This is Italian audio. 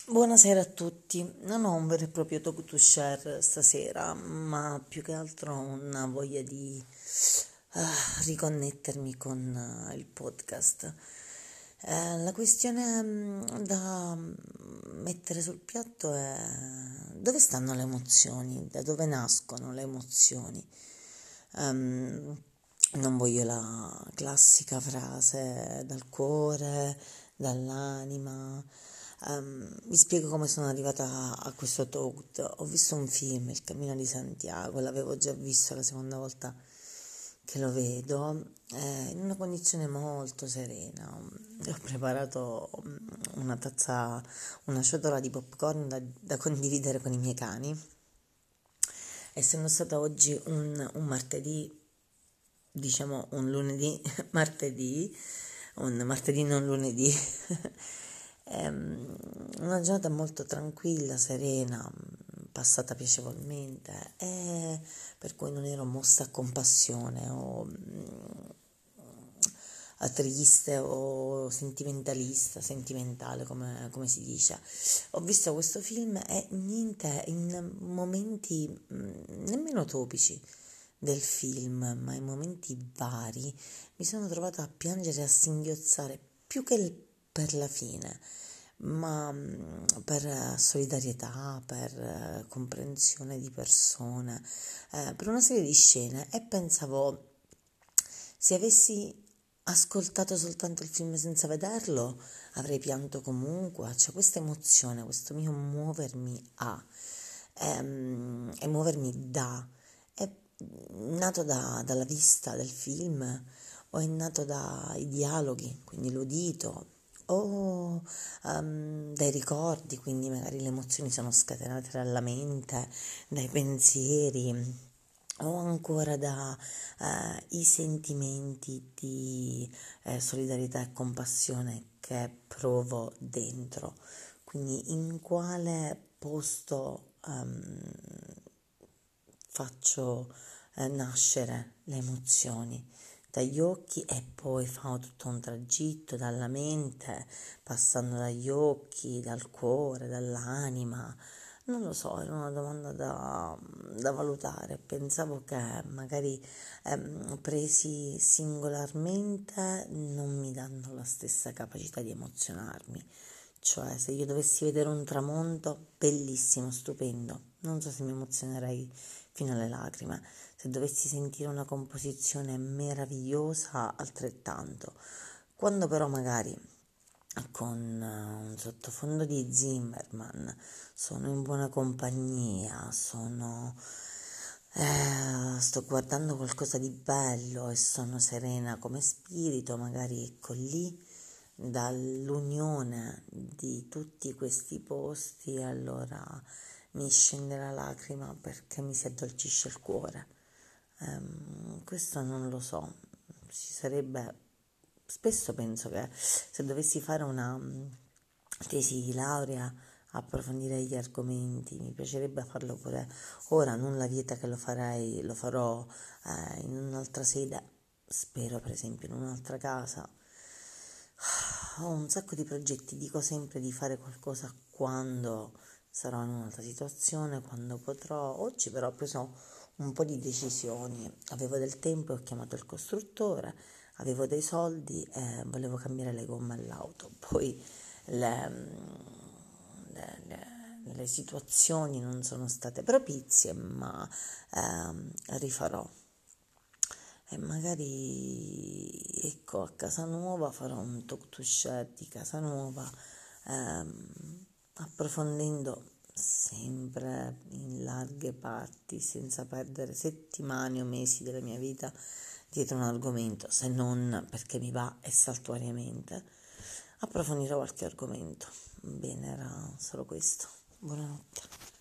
Buonasera a tutti. Non ho un vero e proprio talk to share stasera, ma più che altro una voglia di riconnettermi con il podcast. La questione da mettere sul piatto è: dove stanno le emozioni? Da dove nascono le emozioni? Ehm, Non voglio la classica frase dal cuore, dall'anima. Vi spiego come sono arrivata a questo talk. Ho visto un film, Il Cammino di Santiago, l'avevo già visto la seconda volta che lo vedo, in una condizione molto serena. Ho preparato una ciotola di popcorn da condividere con i miei cani. Essendo stata oggi un martedì, diciamo un lunedì, un martedì non lunedì, una giornata molto tranquilla, serena, passata piacevolmente, e per cui non ero mossa a compassione o a triste o sentimentale come si dice. Ho visto questo film e niente, in momenti nemmeno topici del film, ma in momenti vari, mi sono trovata a piangere e a singhiozzare più che per la fine, ma per solidarietà, per comprensione di persone, per una serie di scene, e pensavo, se avessi ascoltato soltanto il film senza vederlo, avrei pianto comunque. C'è questa emozione, questo mio muovermi e muovermi è nato dalla vista del film, o è nato dai dialoghi, quindi l'udito, o dai ricordi, quindi magari le emozioni sono scatenate dalla mente, dai pensieri, o ancora dai sentimenti di solidarietà e compassione che provo dentro. Quindi in quale posto faccio nascere le emozioni? Dagli occhi, e poi fa tutto un tragitto dalla mente, passando dagli occhi, dal cuore, dall'anima. Non lo so, era una domanda da valutare. Pensavo che magari presi singolarmente non mi danno la stessa capacità di emozionarmi. Cioè, se io dovessi vedere un tramonto bellissimo, stupendo, non so se mi emozionerei fino alle lacrime. Se dovessi sentire una composizione meravigliosa, altrettanto. Quando però magari con un sottofondo di Zimmerman sono in buona compagnia, sto guardando qualcosa di bello e sono serena come spirito, magari ecco lì, dall'unione di tutti questi posti, allora mi scende la lacrima perché mi si addolcisce il cuore. Questo non lo so, ci sarebbe, spesso penso che se dovessi fare una tesi di laurea, approfondire gli argomenti, mi piacerebbe farlo pure ora, nulla vieta che lo farei, lo farò in un'altra sede, spero per esempio in un'altra casa. Ho un sacco di progetti, dico sempre di fare qualcosa quando sarò in un'altra situazione, quando potrò. Oggi però ho preso un po' di decisioni, avevo del tempo e ho chiamato il costruttore, avevo dei soldi e volevo cambiare le gomme all'auto. Poi le situazioni non sono state propizie, ma rifarò. E magari, ecco, a casa nuova farò un talk to share di casa nuova, approfondendo sempre in larghe parti, senza perdere settimane o mesi della mia vita dietro un argomento, se non perché mi va e saltuariamente. Approfondirò qualche argomento. Bene, era solo questo. Buonanotte.